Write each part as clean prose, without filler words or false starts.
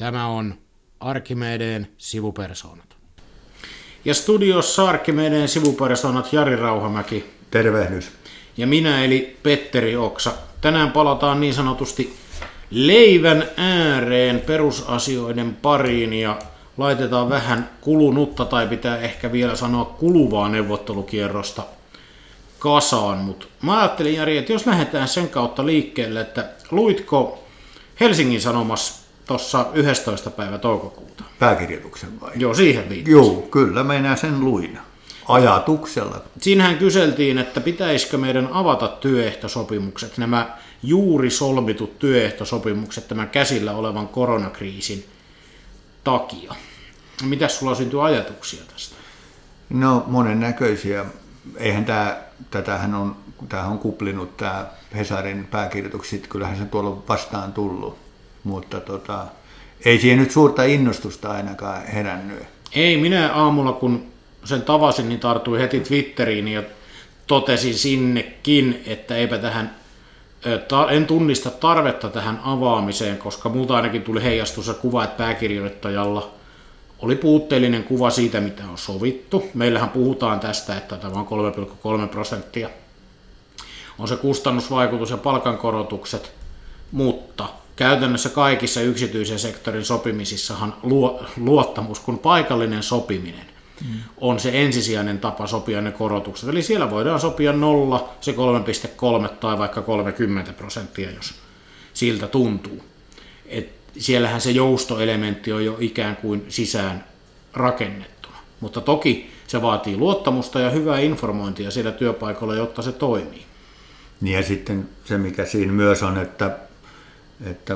Tämä on Arkimedeen sivupersoonat. Ja studiossa Arkimedeen sivupersoonat Jari Rauhamäki. Tervehdys. Ja minä eli Petteri Oksa. Tänään palataan niin sanotusti leivän ääreen perusasioiden pariin ja laitetaan vähän kulunutta tai pitää ehkä vielä sanoa kuluvaa neuvottelukierrosta kasaan. Mutta mä ajattelin, Jari, että jos lähdetään sen kautta liikkeelle, että luitko Helsingin Sanomassa tuossa 11. päivä toukokuuta? Pääkirjoituksen vai? Joo, siihen viittasin. Joo, kyllä minä sen luin. Ajatuksella. Siinähän kyseltiin, että pitäisikö meidän avata työehtosopimukset, nämä juuri solmitut työehtosopimukset tämän käsillä olevan koronakriisin takia. Mitäs sulla syntyy ajatuksia tästä? No monennäköisiä. Eihän tämähän on kuplinut tämä Hesarin pääkirjoitukset, kyllähän se tuolla on vastaan tullut, mutta ei siihen nyt suurta innostusta ainakaan herännyt. Ei, minä aamulla kun sen tavasin, niin tartuin heti Twitteriin ja totesin sinnekin, että eipä tähän, en tunnista tarvetta tähän avaamiseen, koska multa ainakin tuli heijastus se kuva, että pääkirjoittajalla oli puutteellinen kuva siitä, mitä on sovittu. Meillähän puhutaan tästä, että tämä on 3,3% on se kustannusvaikutus ja palkankorotukset, mutta käytännössä kaikissa yksityisen sektorin sopimisissahan luottamus, kun paikallinen sopiminen on se ensisijainen tapa sopia ne korotukset. Eli siellä voidaan sopia 0, se 3,3 tai vaikka 30%, jos siltä tuntuu. Siellähän se joustoelementti on jo ikään kuin sisään rakennettuna. Mutta toki se vaatii luottamusta ja hyvää informointia siellä työpaikalla, jotta se toimii. Niin ja sitten se, mikä siinä myös on, että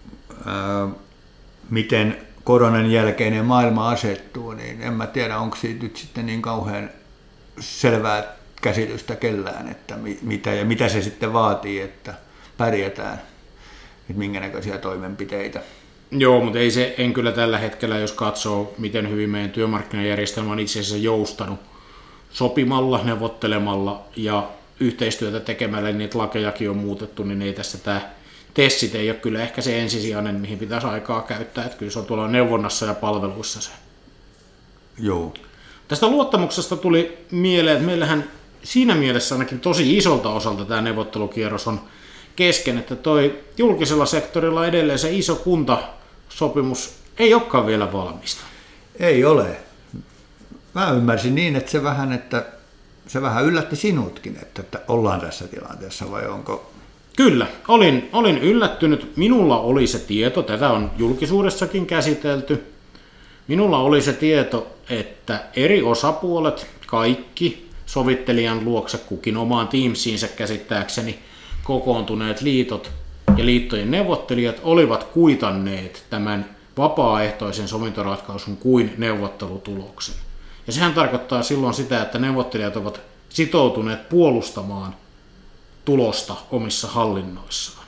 miten koronan jälkeinen maailma asettuu, niin en mä tiedä, onko siitä nyt sitten niin kauhean selvää käsitystä kellään, että mitä se sitten vaatii, että pärjätään, että minkä näköisiä toimenpiteitä. Joo, mutta en kyllä tällä hetkellä, jos katsoo, miten hyvin meidän työmarkkinajärjestelmä on itse asiassa joustanut sopimalla, neuvottelemalla ja yhteistyötä tekemällä, niin niitä lakejakin on muutettu, niin ei tässä tämä tessit ei ole kyllä ehkä se ensisijainen, mihin pitäisi aikaa käyttää, että kyllä se on tuolla neuvonnassa ja palveluissa se. Joo. Tästä luottamuksesta tuli mieleen, että meillähän siinä mielessä ainakin tosi isolta osalta tämä neuvottelukierros on kesken, että toi julkisella sektorilla edelleen se iso kuntasopimus ei olekaan vielä valmista. Ei ole. Mä ymmärsin niin, että se vähän yllätti sinutkin, että ollaan tässä tilanteessa vai onko? Kyllä, olin yllättynyt. Minulla oli se tieto, tätä on julkisuudessakin käsitelty. Minulla oli se tieto, että eri osapuolet, kaikki sovittelijan luokse kukin omaan Teamsiinsä käsittääkseni kokoontuneet liitot ja liittojen neuvottelijat olivat kuitanneet tämän vapaaehtoisen sovintoratkaisun kuin neuvottelutuloksen. Ja sehän tarkoittaa silloin sitä, että neuvottelijat ovat sitoutuneet puolustamaan tulosta omissa hallinnoissaan.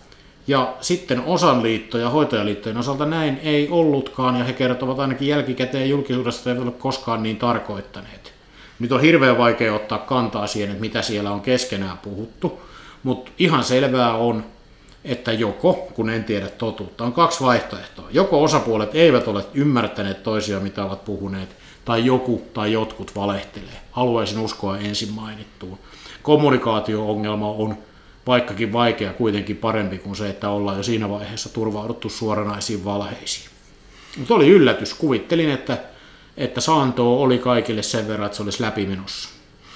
Ja sitten osan liittoja ja hoitajaliittojen osalta näin ei ollutkaan, ja he kertovat ainakin jälkikäteen julkisuudesta, että eivät ole koskaan niin tarkoittaneet. Nyt on hirveän vaikea ottaa kantaa siihen, että mitä siellä on keskenään puhuttu, mutta ihan selvää on, että joko, kun en tiedä totuutta, on kaksi vaihtoehtoa. Joko osapuolet eivät ole ymmärtäneet toisia, mitä ovat puhuneet, tai joku tai jotkut valehtelee. Haluaisin uskoa ensin mainittuun. Kommunikaatio-ongelma on vaikkakin vaikea kuitenkin parempi kuin se, että ollaan jo siinä vaiheessa turvauduttu suoranaisiin valheisiin. Mutta oli yllätys. Kuvittelin, että saantoa oli kaikille sen verran, että se olisi läpimenossa.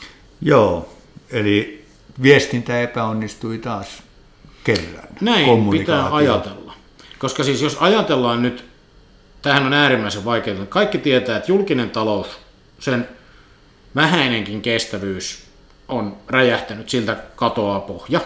Joo, eli viestintä epäonnistui taas kerran. Näin pitää ajatella. Koska siis jos ajatellaan nyt, tämähän on äärimmäisen vaikeaa. Kaikki tietää, että julkinen talous, sen vähäinenkin kestävyys on räjähtänyt, siltä katoaa pohja.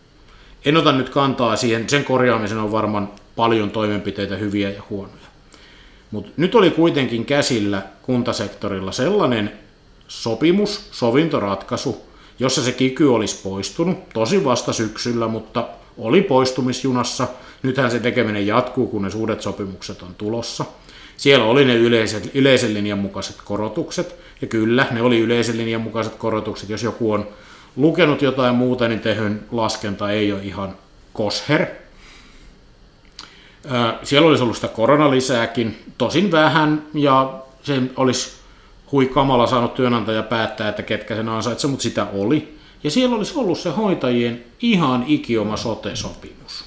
En ota nyt kantaa siihen, sen korjaamisen on varmaan paljon toimenpiteitä, hyviä ja huonoja. Mutta nyt oli kuitenkin käsillä kuntasektorilla sellainen sopimus, sovintoratkaisu, jossa se kiky olisi poistunut, tosi vasta syksyllä, mutta oli poistumisjunassa. Nythän se tekeminen jatkuu, kun ne uudet sopimukset on tulossa. Siellä oli ne yleisen linjan mukaiset korotukset, ja kyllä, ne oli yleisen linjan mukaiset korotukset. Jos joku on lukenut jotain muuta, niin tehyn laskenta ei ole ihan kosher. Siellä olisi ollut sitä koronalisääkin, tosin vähän, ja se olisi kamala saanut työnantaja päättää, että ketkä sen ansaitsee, mutta sitä oli. Ja siellä olisi ollut se hoitajien ihan ikioma sote-sopimus.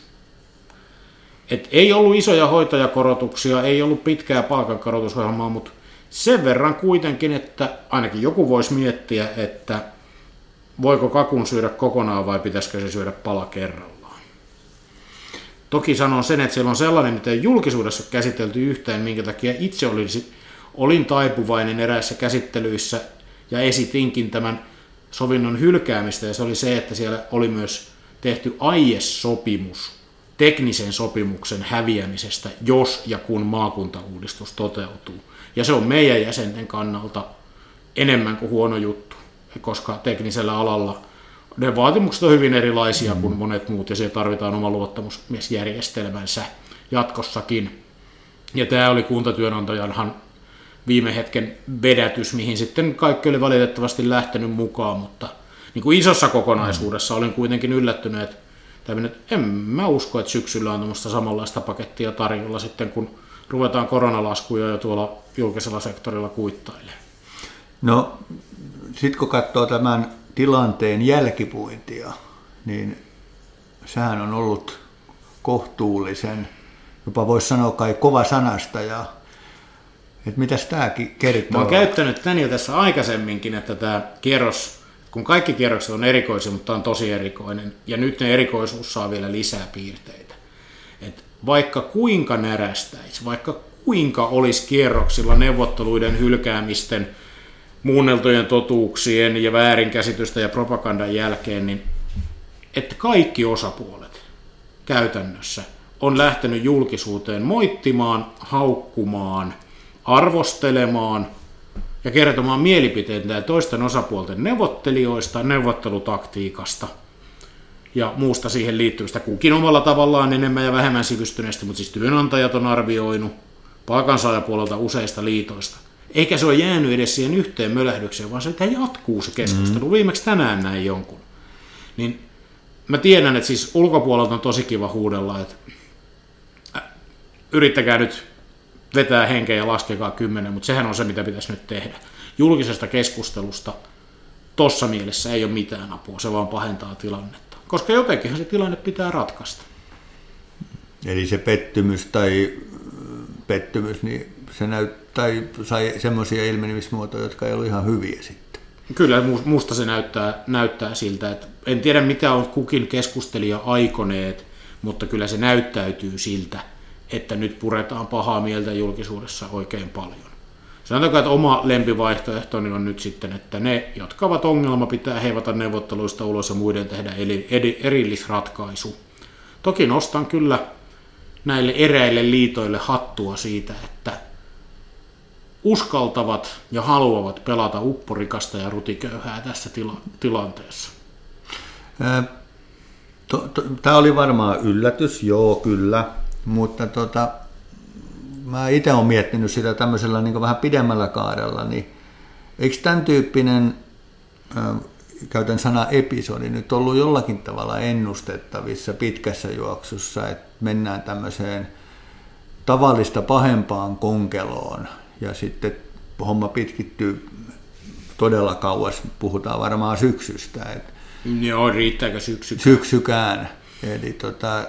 Et ei ollut isoja hoitajakorotuksia, ei ollut pitkää palkankorotusohjelmaa, mutta sen verran kuitenkin, että ainakin joku voisi miettiä, että voiko kakun syödä kokonaan vai pitäisikö se syödä pala kerrallaan. Toki sanon sen, että siellä on sellainen, mitä ei julkisuudessa käsitelty yhtään, minkä takia itse olin taipuvainen eräissä käsittelyissä ja esitinkin tämän sovinnon hylkäämistä, ja se oli se, että siellä oli myös tehty aiesopimus teknisen sopimuksen häviämisestä, jos ja kun maakuntauudistus toteutuu. Ja se on meidän jäsenten kannalta enemmän kuin huono juttu, koska teknisellä alalla ne vaatimukset on hyvin erilaisia kuin monet muut, ja siellä tarvitaan oma luottamusmiesjärjestelmänsä jatkossakin. Ja tämä oli kuntatyönantajanhan viime hetken vedätys, mihin sitten kaikki oli valitettavasti lähtenyt mukaan, mutta niin kuin isossa kokonaisuudessa olin kuitenkin yllättynyt, että en mä usko, että syksyllä on tämmöistä samanlaista pakettia tarjolla sitten, kun ruvetaan koronalaskuja jo tuolla julkisella sektorilla kuittailemaan. No, sitten kun katsoo tämän tilanteen jälkipuintia, niin sehän on ollut kohtuullisen, jopa voisi sanoa kai kova sanasta, ja että mitäs tämäkin kertoo? Mä oon käyttänyt tän jo tässä aikaisemminkin, että tämä kierros, kun kaikki kierrokset on erikoisia, mutta on tosi erikoinen, ja nyt ne erikoisuus saa vielä lisää piirteitä. Et vaikka kuinka närästäisi, vaikka kuinka olisi kierroksilla neuvotteluiden hylkäämisten, muunneltujen totuuksien ja väärinkäsitystä ja propagandan jälkeen, niin että kaikki osapuolet käytännössä on lähtenyt julkisuuteen moittimaan, haukkumaan, arvostelemaan ja kertomaan mielipiteitä ja toisten osapuolten neuvottelijoista, neuvottelutaktiikasta ja muusta siihen liittyvistä, kukin omalla tavallaan enemmän ja vähemmän sivistyneesti, mutta siis työnantajat on arvioinut palkansaajapuolelta useista liitoista. Eikä se ole jäänyt edes siihen yhteen mölähdykseen, vaan se jatkuu se keskustelu. Viimeksi tänään näin jonkun. Niin mä tiedän, että siis ulkopuolelta on tosi kiva huudella, että yrittäkää nyt vetää henkeä ja laskekaa 10, mutta sehän on se, mitä pitäisi nyt tehdä. Julkisesta keskustelusta tossa mielessä ei ole mitään apua, se vaan pahentaa tilannetta. Koska jotenkinhan se tilanne pitää ratkaista. Eli se pettymys, niin se sai semmoisia ilmenemismuotoja, jotka ei ollut ihan hyviä sitten. Kyllä, musta se näyttää siltä, että en tiedä mitä on kukin keskustelija aikoneet, mutta kyllä se näyttäytyy siltä, että nyt puretaan pahaa mieltä julkisuudessa oikein paljon. Sanotaanko, että oma lempivaihtoehtoni on nyt sitten, että ne, jotka ovat ongelma, pitää heivata neuvotteluista ulos ja muiden tehdä erillisratkaisu. Toki nostan kyllä näille eräille liitoille hattua siitä, että uskaltavat ja haluavat pelata upporikasta ja rutiköyhää tässä tilanteessa. Tämä oli varmaan yllätys, joo kyllä, mutta mä itse olen miettinyt sitä tämmöisellä niin vähän pidemmällä kaarella, niin eikö tämän tyyppinen, käytän sanaa episodi, nyt ollut jollakin tavalla ennustettavissa pitkässä juoksussa, että mennään tämmöiseen tavallista pahempaan konkeloon ja sitten homma pitkittyy todella kauas, puhutaan varmaan syksystä. Joo, riittääkö syksykään? Syksykään. Eli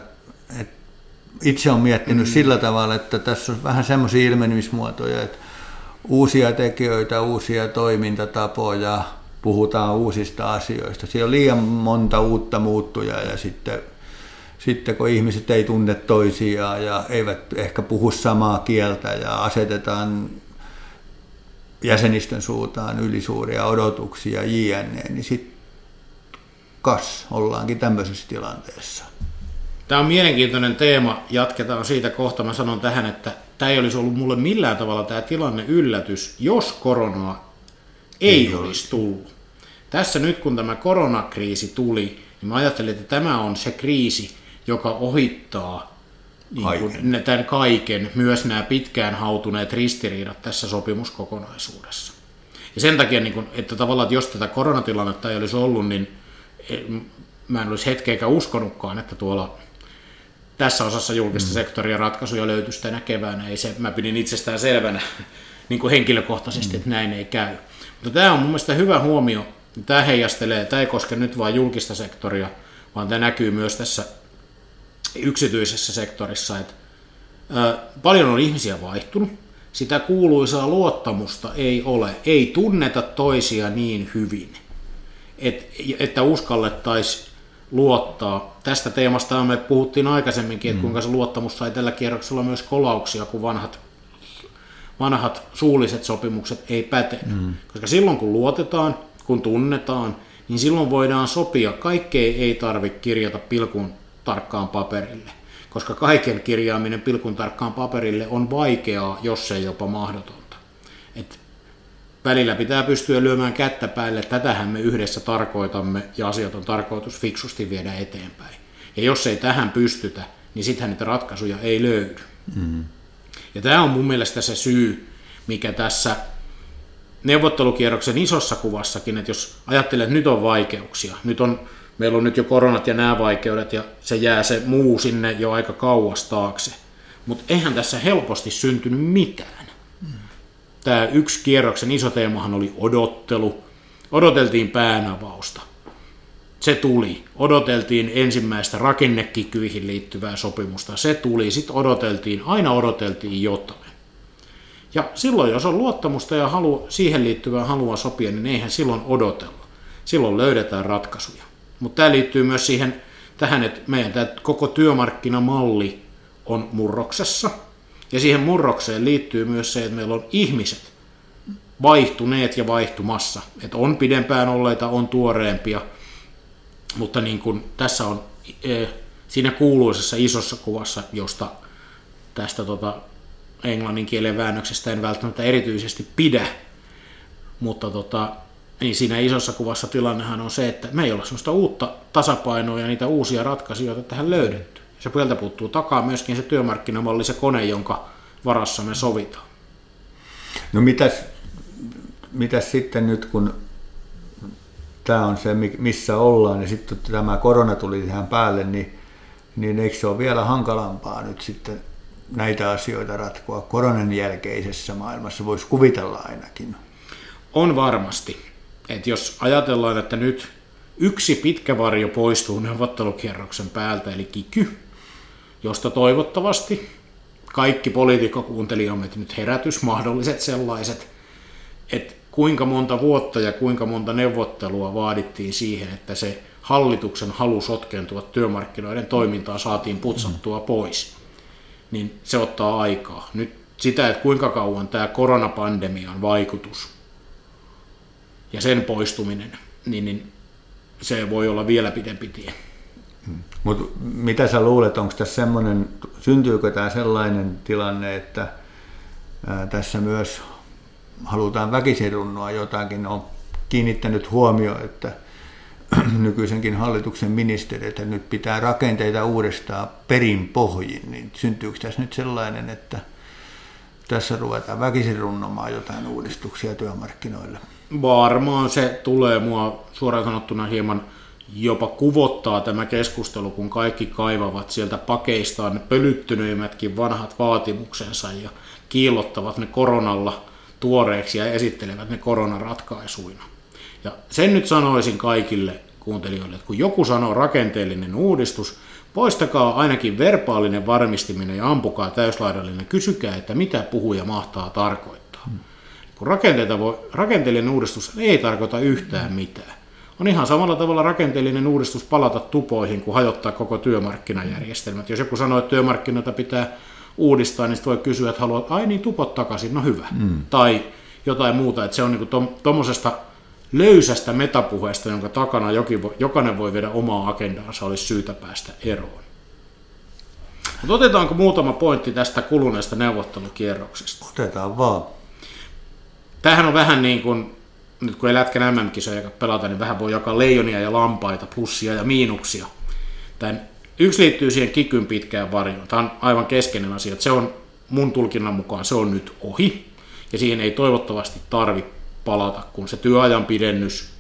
itse olen miettinyt sillä tavalla, että tässä on vähän semmoisia ilmenemismuotoja, että uusia tekijöitä, uusia toimintatapoja, puhutaan uusista asioista. Siellä on liian monta uutta muuttujaa ja sitten kun ihmiset ei tunne toisiaan ja eivät ehkä puhu samaa kieltä ja asetetaan jäsenistön suuntaan ylisuuria odotuksia jne, niin sitten ollaankin tämmöisessä tilanteessa. Tämä on mielenkiintoinen teema. Jatketaan siitä kohta. Mä sanon tähän, että tämä ei olisi ollut mulle millään tavalla tämä tilanne yllätys, jos koronaa ei olisi tullut. Tässä nyt kun tämä koronakriisi tuli, niin mä ajattelin, että tämä on se kriisi, joka ohittaa tämän kaiken, myös nämä pitkään hautuneet ristiriidat tässä sopimuskokonaisuudessa. Ja sen takia, että tavallaan, että jos tätä koronatilannetta ei olisi ollut, niin mä en olisi hetkeäkään uskonutkaan, että tuolla tässä osassa julkista sektoria ratkaisuja löytyisi tänä keväänä. Mä pidin itsestään selvänä niin kuin henkilökohtaisesti, että näin ei käy. Mutta tämä on mun mielestä hyvä huomio. Tämä heijastelee, tämä ei koske nyt vain julkista sektoria, vaan tämä näkyy myös tässä yksityisessä sektorissa. Että, paljon on ihmisiä vaihtunut. Sitä kuuluisaa luottamusta ei ole. Ei tunneta toisia niin hyvin, että uskallettaisiin luottaa. Tästä teemasta me puhuttiin aikaisemminkin, että kuinka se luottamus sai tällä kierroksella myös kolauksia, kun vanhat suulliset sopimukset ei päte. Koska silloin kun luotetaan, kun tunnetaan, niin silloin voidaan sopia. Kaikkea ei tarvitse kirjata pilkun tarkkaan paperille, koska kaiken kirjaaminen pilkun tarkkaan paperille on vaikeaa, jos ei jopa mahdotonta. Et välillä pitää pystyä lyömään kättä päälle, tätähän me yhdessä tarkoitamme ja asiat on tarkoitus fiksusti viedä eteenpäin. Ja jos ei tähän pystytä, niin sittenhän niitä ratkaisuja ei löydy. Ja tämä on mun mielestä se syy, mikä tässä neuvottelukierroksen isossa kuvassakin, että jos ajattelee, että nyt on vaikeuksia, meillä on nyt jo koronat ja nämä vaikeudet ja se jää se muu sinne jo aika kauas taakse, mutta eihän tässä helposti syntynyt mitään. Tämä yksi kierroksen iso teemahan oli odottelu. Odoteltiin päänavausta. Se tuli. Odoteltiin ensimmäistä rakennekikyihin liittyvää sopimusta. Se tuli. Sitten aina odoteltiin jotain. Ja silloin, jos on luottamusta ja siihen liittyvää halua sopia, niin eihän silloin odotella. Silloin löydetään ratkaisuja. Mutta tämä liittyy myös tähän, että meidän tämä koko työmarkkinamalli on murroksessa. Ja siihen murrokseen liittyy myös se, että meillä on ihmiset vaihtuneet ja vaihtumassa. Että on pidempään olleita, on tuoreempia, mutta niin kuin tässä on siinä kuuluisessa isossa kuvassa, josta tästä englannin kielen väännöksestä en välttämättä erityisesti pidä, mutta niin siinä isossa kuvassa tilannehan on se, että me ei ole sellaista uutta tasapainoa ja niitä uusia ratkaisuja tähän löydetty. Se sieltä puuttuu takaa myöskin se työmarkkinamalli, se kone, jonka varassa me sovitaan. No mitäs sitten nyt, kun tämä on se, missä ollaan, ja sitten tämä korona tuli tähän päälle, niin eikö se ole vielä hankalampaa nyt sitten näitä asioita ratkoa koronan jälkeisessä maailmassa, voisi kuvitella ainakin? On varmasti. Että jos ajatellaan, että nyt yksi pitkä varjo poistuu neuvottelukierroksen päältä, eli kiky, josta toivottavasti kaikki poliitikkokuuntelijamme nyt herätys, mahdolliset sellaiset, että kuinka monta vuotta ja kuinka monta neuvottelua vaadittiin siihen, että se hallituksen halu sotkeentua työmarkkinoiden toimintaan saatiin putsattua pois, niin se ottaa aikaa. Nyt sitä, että kuinka kauan tämä koronapandemian vaikutus ja sen poistuminen, niin se voi olla vielä pidempi tie. Mutta mitä sä luulet, onko tässä semmoinen, syntyykö tämä sellainen tilanne, että tässä myös halutaan väkisin runnoa jotakin, on kiinnittänyt huomioon, että nykyisenkin hallituksen ministerit, että nyt pitää rakenteita uudestaan perin pohjin, niin syntyykö tässä nyt sellainen, että tässä ruvetaan väkisin runnomaan jotain uudistuksia työmarkkinoille? Varmaan se tulee mua suoraan sanottuna hieman jopa kuvottaa tämä keskustelu, kun kaikki kaivavat sieltä pakeistaan ne pölyttyneimmätkin vanhat vaatimuksensa ja kiillottavat ne koronalla tuoreeksi ja esittelevät ne koronaratkaisuina. Ja sen nyt sanoisin kaikille kuuntelijoille, että kun joku sanoo rakenteellinen uudistus, poistakaa ainakin verbaalinen varmistiminen ja ampukaa täyslaidallinen, kysykää, että mitä puhuja mahtaa tarkoittaa. Kun rakenteellinen uudistus ei tarkoita yhtään mitään. On ihan samalla tavalla rakenteellinen uudistus palata tupoihin, kuin hajottaa koko työmarkkinajärjestelmät. Jos joku sanoo, että työmarkkinoita pitää uudistaa, niin sitten voi kysyä, että haluat, niin tupot takaisin, no hyvä. Tai jotain muuta, että se on niin tuommoisesta löysästä metapuheesta, jonka takana jokainen voi viedä omaa agendaansa, olisi syytä päästä eroon. Mutta otetaanko muutama pointti tästä kuluneesta neuvottelukierroksesta? Otetaan vaan. Tämähän on vähän niin kuin, nyt kun ei Lätkän MM-kisoja pelata, niin vähän voi jakaa leijonia ja lampaita, plussia ja miinuksia. Yksi liittyy siihen kikyn pitkään varjoon. Tämä on aivan keskeinen asia, että se on mun tulkinnan mukaan se on nyt ohi, ja siihen ei toivottavasti tarvitse palata, kun se työajan pidennys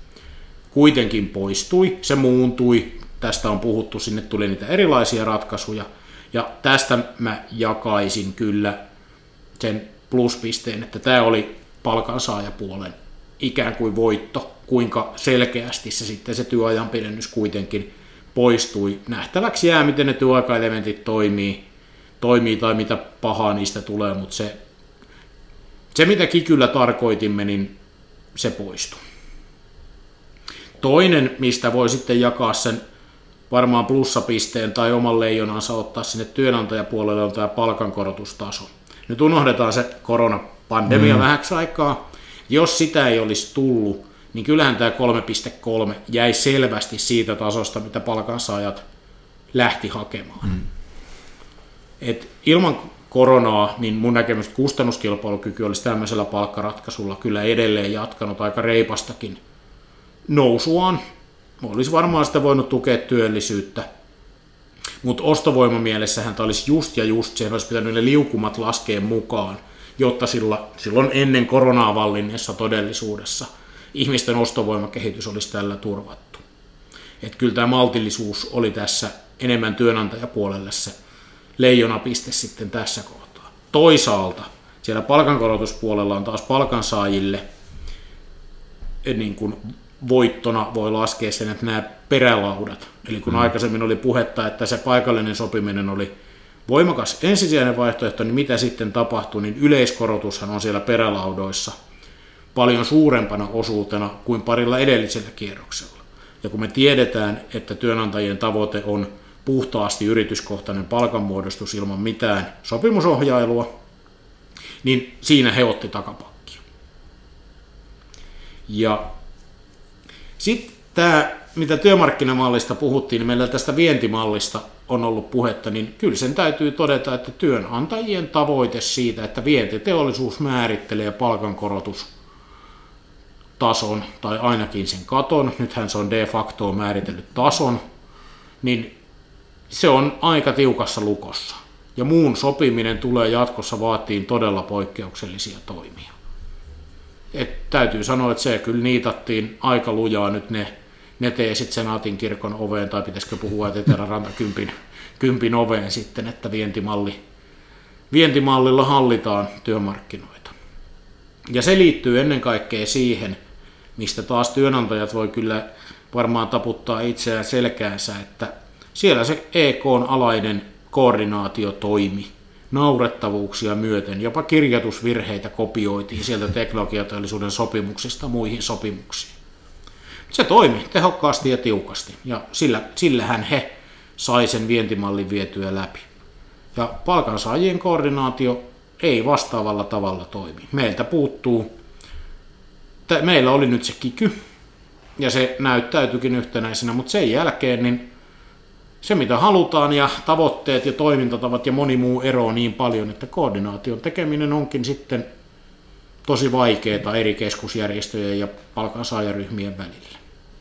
kuitenkin poistui, se muuntui, tästä on puhuttu, sinne tuli niitä erilaisia ratkaisuja, Ja tästä mä jakaisin kyllä sen pluspisteen, että tämä oli palkansaajapuolen ikään kuin voitto, kuinka selkeästi se työajan pidennys kuitenkin poistui. Nähtäväksi jää, miten ne työaikaelementit toimii tai mitä pahaa niistä tulee, mutta se mitä kikyllä tarkoitimme, niin se poistui. Toinen, mistä voi sitten jakaa sen varmaan plussapisteen tai oman leijonansa ottaa sinne työnantajapuolelle, on tämä palkankorotustaso. Nyt unohdetaan se koronapandemia vähäksi aikaa. Jos sitä ei olisi tullut, niin kyllähän tämä 3,3 jäi selvästi siitä tasosta, mitä palkansaajat lähti hakemaan. Et ilman koronaa, niin mun näkemystä kustannuskilpailukyky olisi tämmöisellä palkkaratkaisulla kyllä edelleen jatkanut aika reipastakin nousuaan. Olisi varmaan sitä voinut tukea työllisyyttä, mutta ostovoimamielessähän tämä olisi just siihen olisi pitänyt ne liukumat laskea mukaan, jotta silloin ennen koronaa vallinneessa todellisuudessa ihmisten ostovoimakehitys olisi tällä turvattu. Et kyllä tämä maltillisuus oli tässä enemmän työnantajapuolelle se leijonapiste sitten tässä kohtaa. Toisaalta siellä palkankorotuspuolella on taas palkansaajille niin kuin voittona voi laskea sen, että nämä perälaudat, eli kun aikaisemmin oli puhetta, että se paikallinen sopiminen oli voimakas ensisijainen vaihtoehto, niin mitä sitten tapahtui, niin yleiskorotushan on siellä perälaudoissa paljon suurempana osuutena kuin parilla edellisellä kierroksella. Ja kun me tiedetään, että työnantajien tavoite on puhtaasti yrityskohtainen palkanmuodostus ilman mitään sopimusohjailua, niin siinä he otti takapakkia. Ja sitten tämä, mitä työmarkkinamallista puhuttiin, niin meillä tästä vientimallista on ollut puhetta, niin kyllä sen täytyy todeta, että työnantajien tavoite siitä, että vientiteollisuus määrittelee palkankorotustason tai ainakin sen katon, nythän se on de facto määritellyt tason, niin se on aika tiukassa lukossa. Ja muun sopiminen tulee jatkossa vaatiin todella poikkeuksellisia toimia. Täytyy sanoa, että se kyllä niitattiin aika lujaa nyt ne teesit Senaatin kirkon oveen, tai pitäisikö puhua, että Eteläranta kympin oveen sitten, että vientimallilla hallitaan työmarkkinoita. Ja se liittyy ennen kaikkea siihen, mistä taas työnantajat voi kyllä varmaan taputtaa itseään selkäänsä, että siellä se EK:n alainen koordinaatio toimi naurettavuuksia myöten, jopa kirjoitusvirheitä kopioitiin sieltä teknologiateollisuuden sopimuksista muihin sopimuksiin. Se toimi tehokkaasti ja tiukasti, ja sillähän he sai sen vientimallin vietyä läpi. Ja palkansaajien koordinaatio ei vastaavalla tavalla toimi. Meiltä puuttuu, meillä oli nyt se kiky, ja se näyttäytyikin yhtenäisenä, mutta sen jälkeen niin se, mitä halutaan ja tavoitteet ja toimintatavat ja moni muu eroaa niin paljon, että koordinaation tekeminen onkin sitten tosi vaikeaa eri keskusjärjestöjen ja palkansaajaryhmien välillä.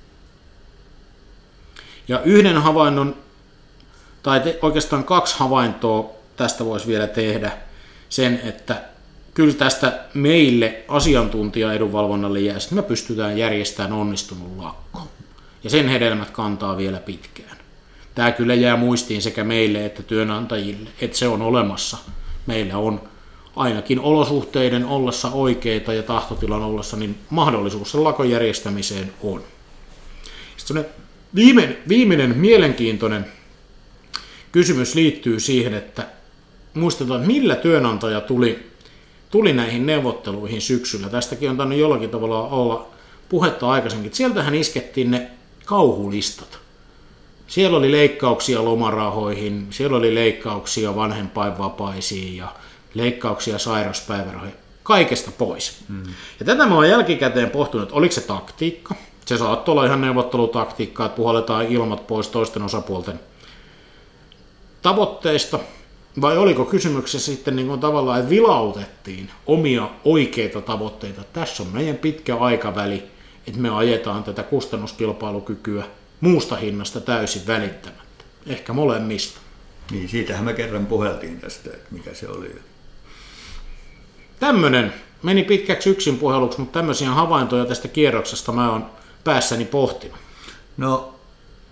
Ja yhden havainnon, tai oikeastaan 2 havaintoa tästä voisi vielä tehdä sen, että kyllä tästä meille asiantuntija-edunvalvonnalle jää, että me pystytään järjestämään onnistunut lakko. Ja sen hedelmät kantaa vielä pitkään. Tämä kyllä jää muistiin sekä meille että työnantajille, että se on olemassa. Meillä on ainakin olosuhteiden ollessa oikeita ja tahtotilan ollessa, niin mahdollisuus sen lakon järjestämiseen on. Sitten viimeinen mielenkiintoinen kysymys liittyy siihen, että muistetaan, millä työnantaja tuli näihin neuvotteluihin syksyllä. Tästäkin on tainnut jollakin tavalla olla puhetta aikaisemmin. Sieltähän iskettiin ne kauhulistat. Siellä oli leikkauksia lomarahoihin, siellä oli leikkauksia vanhempainvapaisiin ja leikkauksia sairauspäivärahoihin, kaikesta pois. Ja tätä mä oon jälkikäteen pohtunut, että oliko se taktiikka. Se saattoi olla ihan neuvottelutaktiikkaa, että puhalletaan ilmat pois toisten osapuolten tavoitteista. Vai oliko kysymyksessä sitten niin kuin tavallaan, että vilautettiin omia oikeita tavoitteita. Tässä on meidän pitkä aikaväli, että me ajetaan tätä kustannuskilpailukykyä muusta hinnasta täysin välittämättä. Ehkä molemmista. Niin, siitähän me kerran puheltiin tästä, että mikä se oli. Tämmöinen meni pitkäksi yksin puheluksi, mutta tämmöisiä havaintoja tästä kierroksesta mä oon päässäni pohtinut. No,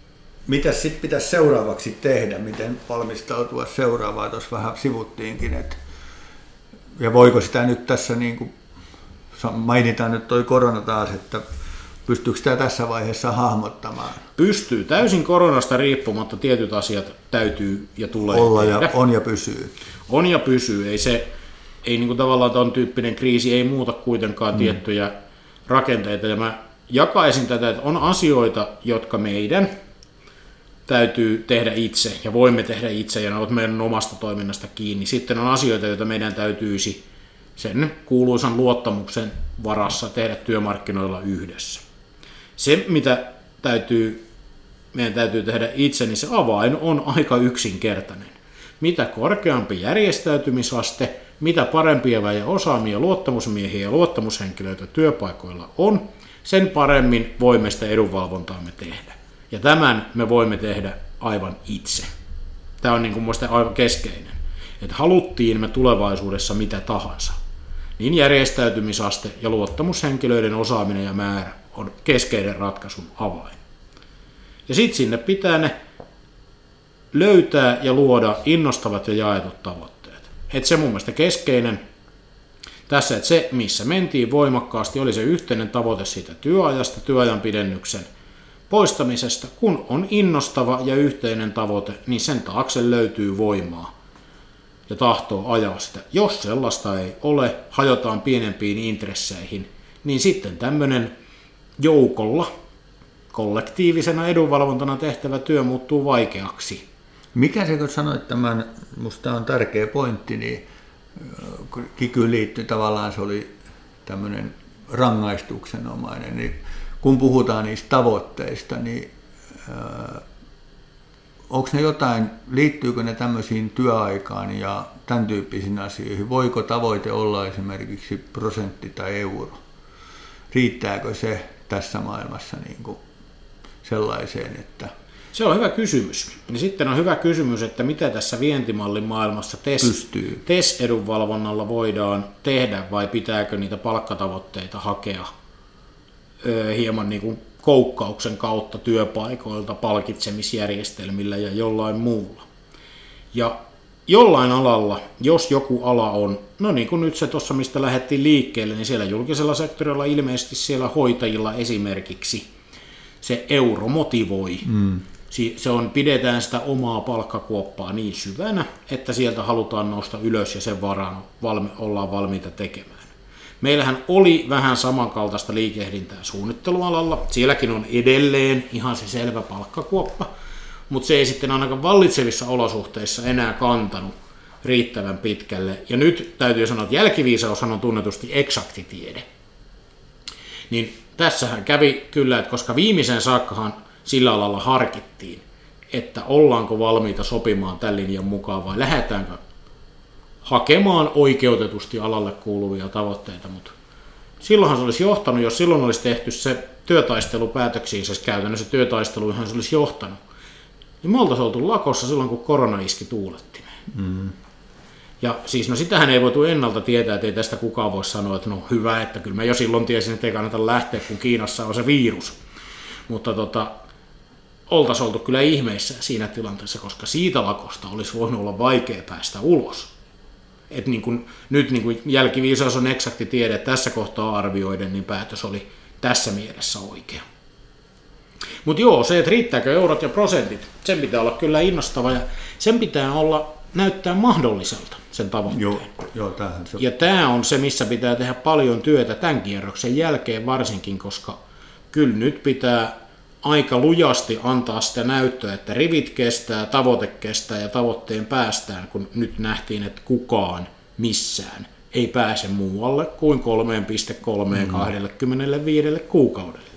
Mitäs sitten pitäisi seuraavaksi tehdä? Miten valmistautua seuraavaan? Tuossa vähän sivuttiinkin. Ja voiko sitä nyt tässä, niin kuin mainitaan nyt toi korona taas, että pystyykö sitä tässä vaiheessa hahmottamaan? Pystyy. Täysin koronasta riippumatta tietyt asiat täytyy ja tulee olla tehdä. Ja on ja pysyy. On ja pysyy. Ei niin kuin tavallaan ton tyyppinen kriisi ei muuta kuitenkaan tiettyjä rakenteita. Ja mä jakaisin tätä, että on asioita, jotka meidän täytyy tehdä itse ja voimme tehdä itse ja ne ovat meidän omasta toiminnasta kiinni. Sitten on asioita, joita meidän täytyisi sen kuuluisan luottamuksen varassa tehdä työmarkkinoilla yhdessä. Se, mitä meidän täytyy tehdä itse, niin se avain on aika yksinkertainen. Mitä korkeampi järjestäytymisaste, mitä parempia ja osaamia luottamusmiehiä ja luottamushenkilöitä työpaikoilla on, sen paremmin voimme sitä edunvalvontaamme tehdä. Ja tämän me voimme tehdä aivan itse. Tämä on niin kuin mielestäni aivan keskeinen. Että haluttiin me tulevaisuudessa mitä tahansa, niin järjestäytymisaste ja luottamushenkilöiden osaaminen ja määrä on keskeinen ratkaisun avain. Ja sitten sinne pitää ne löytää ja luoda innostavat ja jaetut tavoitteet. Että se mun mielestä keskeinen tässä, että se missä mentiin voimakkaasti oli se yhteinen tavoite siitä työajasta, työajan pidennyksen poistamisesta. Kun on innostava ja yhteinen tavoite, niin sen taakse löytyy voimaa ja tahtoo ajaa sitä. Jos sellaista ei ole, hajotaan pienempiin intresseihin, niin sitten tämmöinen joukolla kollektiivisena edunvalvontana tehtävä työ muuttuu vaikeaksi. Mikä se, kun sanoit tämän, musta on tärkeä pointti, niin kikyyn liittyy tavallaan se oli tämmöinen rangaistuksenomainen, niin kun puhutaan niistä tavoitteista, niin onko ne jotain, liittyykö ne tämmöisiin työaikaan ja tämän tyyppisiin asioihin? Voiko tavoite olla esimerkiksi prosentti tai euro? Riittääkö se tässä maailmassa niin kuin sellaiseen, että... Se on hyvä kysymys. Ja sitten on hyvä kysymys, että mitä tässä vientimallin maailmassa TES-edunvalvonnalla voidaan tehdä, vai pitääkö niitä palkkatavoitteita hakea hieman niin kuin koukkauksen kautta työpaikoilta, palkitsemisjärjestelmillä ja jollain muulla. Ja jollain alalla, jos joku ala on, no niin kuin nyt se tuossa mistä lähdettiin liikkeelle, niin siellä julkisella sektorilla ilmeisesti siellä hoitajilla esimerkiksi se euro motivoi. Se on, pidetään sitä omaa palkkakuoppaa niin syvänä, että sieltä halutaan nousta ylös ja sen varaan ollaan valmiita tekemään. Meillähän oli vähän samankaltaista liikehdintää suunnittelualalla. Sielläkin on edelleen ihan se selvä palkkakuoppa, mutta se ei sitten ainakaan vallitsevissa olosuhteissa enää kantanut riittävän pitkälle. Ja nyt täytyy sanoa, että jälkiviisaushan on tunnetusti eksaktitiede. Niin tässähän kävi kyllä, että koska viimeisen saakkahan sillä alalla harkittiin, että ollaanko valmiita sopimaan tämän linjan mukaan vai lähdetäänkö hakemaan oikeutetusti alalle kuuluvia tavoitteita, mutta silloinhan se olisi johtanut, jos silloin olisi tehty se työtaistelu päätöksiin, siis käytännössä työtaisteluihin se olisi johtanut, niin me oltaisiin oltu lakossa silloin, kun korona iski tuulettimeen. Ja siis no sitähän ei voitu ennalta tietää, että ei tästä kukaan voi sanoa, että no hyvä, että kyllä mä jo silloin tiesin, että ei kannata lähteä, kun Kiinassa on se virus. Mutta oltaisiin oltu kyllä ihmeissä siinä tilanteessa, koska siitä lakosta olisi voinut olla vaikea päästä ulos. Et nyt jälkiviisaus on eksakti tiede, että tässä kohtaa arvioiden, niin päätös oli tässä mielessä oikea. Mutta joo, se, että riittääkö eurot ja prosentit, sen pitää olla kyllä innostava ja sen pitää näyttää mahdolliselta sen tavoitteen. Joo, tämähän se. Ja tämä on se, missä pitää tehdä paljon työtä tämän kierroksen jälkeen varsinkin, koska kyllä nyt pitää aika lujasti antaa sitä näyttöä, että rivit kestää, tavoite kestää ja tavoitteen päästään, kun nyt nähtiin, että kukaan missään ei pääse muualle kuin 3,325 kuukaudelle.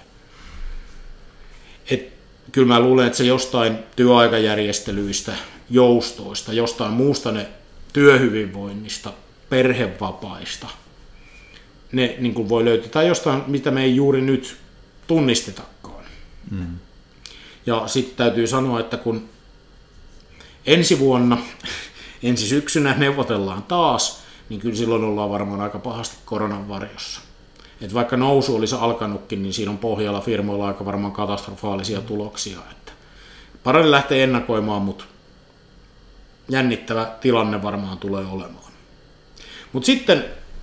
Kyllä mä luulen, että se jostain työaikajärjestelyistä, joustoista, jostain muusta ne työhyvinvoinnista, perhevapaista, ne niin kuin voi löytää, tai jostain, mitä me ei juuri nyt tunnistetakaan. Ja sitten täytyy sanoa, että kun ensi syksynä neuvotellaan taas, niin kyllä silloin ollaan varmaan aika pahasti koronan varjossa. Et vaikka nousu olisi alkanutkin, niin siinä on pohjalla firmoilla aika varmaan katastrofaalisia tuloksia. Että paremmin lähtee ennakoimaan, mutta jännittävä tilanne varmaan tulee olemaan. Mutta sitten,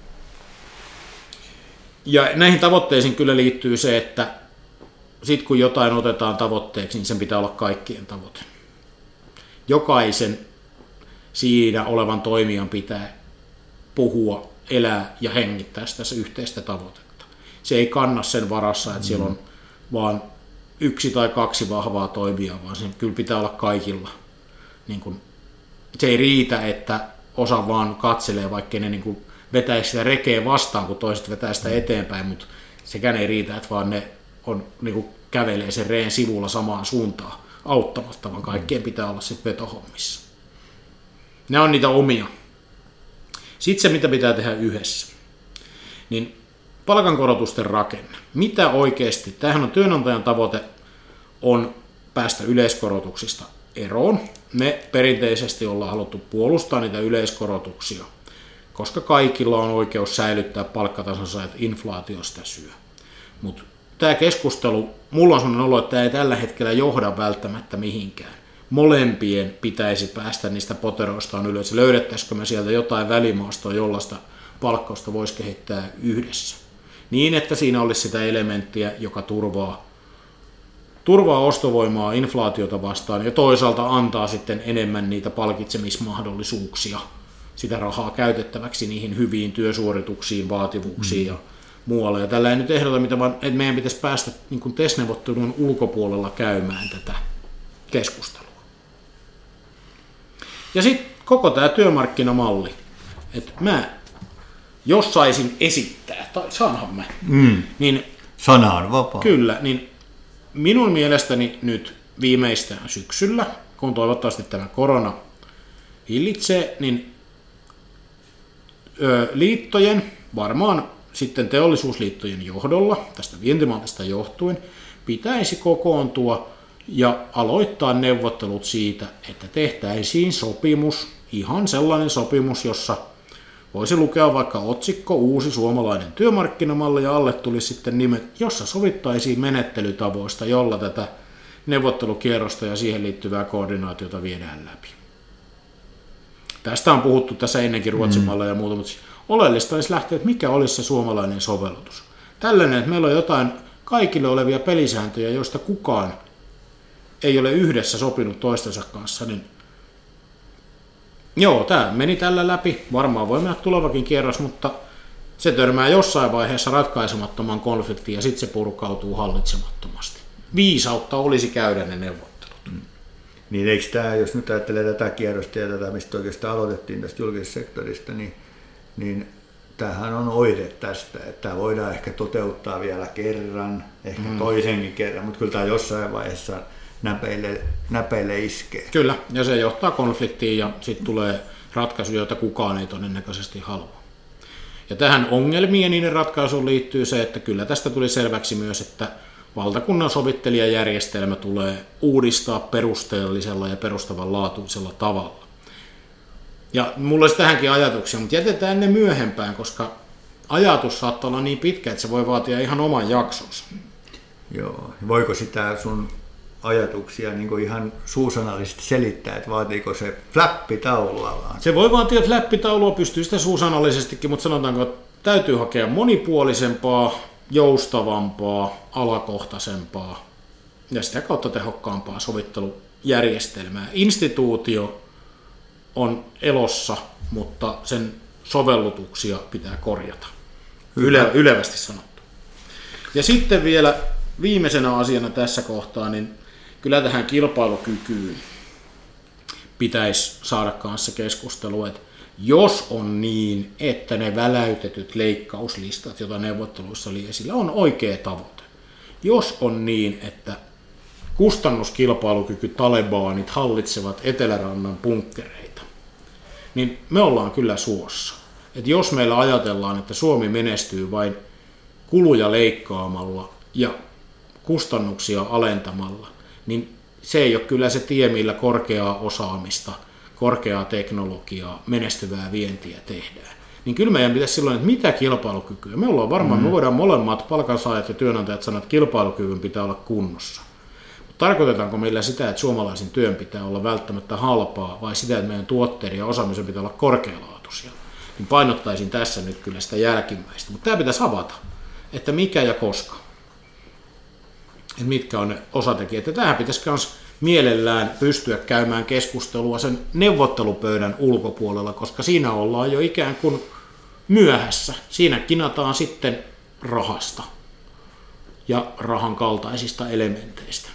ja näihin tavoitteisiin kyllä liittyy se, että sit kun jotain otetaan tavoitteeksi, niin sen pitää olla kaikkien tavoite. Jokaisen siinä olevan toimijan pitää puhua, elää ja hengittää tässä yhteistä tavoitetta. Se ei kanna sen varassa, että siellä on vaan 1 tai 2 vahvaa toimijaa, vaan sen kyllä pitää olla kaikilla. Niin kun, se ei riitä, että osa vaan katselee, vaikkei ne niin vetäisi sitä rekeä vastaan, kun toiset vetää sitä eteenpäin, mutta sekään ei riitä, että vaan ne on, niin kävelee sen reen sivulla samaan suuntaan auttamatta, vaan kaikkien pitää olla sitten vetohommissa. Ne on niitä omia. Sitten se, mitä pitää tehdä yhdessä, niin palkankorotusten rakenne. Mitä oikeasti? Tämähän on työnantajan tavoite on päästä yleiskorotuksista eroon. Me perinteisesti ollaan haluttu puolustaa niitä yleiskorotuksia, koska kaikilla on oikeus säilyttää palkkatasonsa, että inflaatio sitä syö. Mutta tämä keskustelu, mulla on sellainen olo, että tämä ei tällä hetkellä johda välttämättä mihinkään. Molempien pitäisi päästä niistä poteroistaan ylös. Löydettäisikö me sieltä jotain välimaastoa, jollaista palkkausta voisi kehittää yhdessä. Niin, että siinä olisi sitä elementtiä, joka turvaa ostovoimaa inflaatiota vastaan ja toisaalta antaa sitten enemmän niitä palkitsemismahdollisuuksia, sitä rahaa käytettäväksi niihin hyviin työsuorituksiin, vaativuuksiin ja muualle. Ja tällä ei nyt ehdota mitään, vaan että meidän pitäisi päästä niin TES-neuvottelun ulkopuolella käymään tätä keskustelua. Ja sitten koko tämä työmarkkinamalli, että mä, jos saisin esittää, tai saanhan mä, niin sana on vapaa. Kyllä, niin minun mielestäni nyt viimeistään syksyllä, kun toivottavasti tämä korona hillitsee, niin liittojen, varmaan sitten teollisuusliittojen johdolla, tästä vientimallista johtuen, pitäisi kokoontua ja aloittaa neuvottelut siitä, että tehtäisiin sopimus, ihan sellainen sopimus, jossa voisi lukea vaikka otsikko Uusi suomalainen työmarkkinamalli ja alle tulisi sitten nimet, jossa sovittaisiin menettelytavoista, jolla tätä neuvottelukierrosta ja siihen liittyvää koordinaatiota viedään läpi. Tästä on puhuttu tässä ennenkin Ruotsin malleja ja muuta, mutta oleellista olisi lähteä, että mikä olisi se suomalainen sovellutus. Tällainen, että meillä on jotain kaikille olevia pelisääntöjä, joista kukaan ei ole yhdessä sopinut toistensa kanssa, niin joo, tämä meni tällä läpi. Varmaan voi mennä tulevakin kierros, mutta se törmää jossain vaiheessa ratkaisemattoman konfliktiin ja sitten se purkautuu hallitsemattomasti. Viisautta olisi käydä ne neuvottelut. Niin eikö tämä, jos nyt ajattelee tätä kierrosta ja tätä, mistä oikeastaan aloitettiin tästä julkisesta sektorista, niin tämähän on oire tästä, että tämä voidaan ehkä toteuttaa vielä kerran, ehkä toisenkin kerran, mutta kyllä tämä jossain vaiheessa näpeille iskee. Kyllä, ja se johtaa konfliktiin ja sitten tulee ratkaisuja, joita kukaan ei todennäköisesti halua. Ja tähän ongelmien niiden ratkaisuun liittyy se, että kyllä tästä tuli selväksi myös, että valtakunnan sovittelijajärjestelmä tulee uudistaa perusteellisella ja perustavanlaatuisella tavalla. Ja mulla olisi tähänkin ajatuksia, mutta jätetään ne myöhempään, koska ajatus saattaa olla niin pitkä, että se voi vaatia ihan oman jaksonsa. Joo, voiko sitä sun ajatuksia niin kuin ihan suusanallisesti selittää, että vaatiiko se flappitaulua vaan? Se voi vaatia flappitaulua, pystyy sitä suusanallisestikin, mutta sanotaanko, että täytyy hakea monipuolisempaa, joustavampaa, alakohtaisempaa ja sitä kautta tehokkaampaa sovittelujärjestelmää. Instituutio on elossa, mutta sen sovellutuksia pitää korjata. Ylevästi sanottu. Ja sitten vielä viimeisenä asiana tässä kohtaa, niin kyllä tähän kilpailukykyyn pitäisi saada kanssa keskustelua, että jos on niin, että ne väläytetyt leikkauslistat, joita neuvotteluissa oli esillä, on oikea tavoite. Jos on niin, että kustannuskilpailukyky talebanit hallitsevat Etelärannan bunkkereita, niin me ollaan kyllä suossa. Että jos meillä ajatellaan, että Suomi menestyy vain kuluja leikkaamalla ja kustannuksia alentamalla, niin se ei ole kyllä se tie, millä korkeaa osaamista, korkeaa teknologiaa, menestyvää vientiä tehdään. Niin kyllä meidän pitäisi silloin, että mitä kilpailukykyä. Me ollaan varmaan, me voidaan molemmat palkansaajat ja työnantajat sanoa, että kilpailukyvyn pitää olla kunnossa. Tarkoitetaanko meillä sitä, että suomalaisen työn pitää olla välttämättä halpaa, vai sitä, että meidän tuotteiden ja osaamisen pitää olla korkealaatuisia? Niin painottaisin tässä nyt kyllä sitä jälkimmäistä. Mutta tämä pitäisi avata, että mikä ja koska. Että mitkä on ne osatekijät. Ja tähän pitäisi myös mielellään pystyä käymään keskustelua sen neuvottelupöydän ulkopuolella, koska siinä ollaan jo ikään kuin myöhässä. Siinä kinataan sitten rahasta ja rahan kaltaisista elementeistä.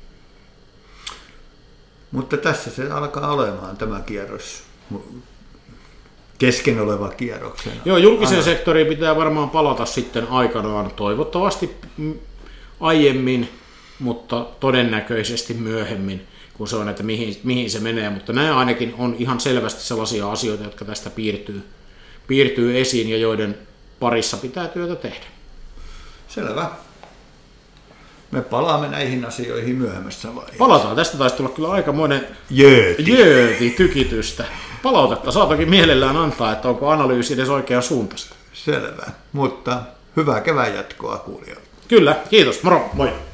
Mutta tässä se alkaa olemaan tämä kierros, kesken oleva kierroksena. Joo, julkisen sektoriin pitää varmaan palata sitten aikanaan, toivottavasti aiemmin, mutta todennäköisesti myöhemmin, kun se on, että mihin se menee. Mutta nämä ainakin on ihan selvästi sellaisia asioita, jotka tästä piirtyy esiin ja joiden parissa pitää työtä tehdä. Selvä. Me palaamme näihin asioihin myöhemmässä vaiheessa. Palataan. Tästä taisi tulla kyllä aikamoinen tykitystä. Palautetta saatakin mielellään antaa, että onko analyysi edes oikean suuntaista. Selvä, mutta hyvää kevään jatkoa kuulijoille. Kyllä, kiitos. Moro, moi.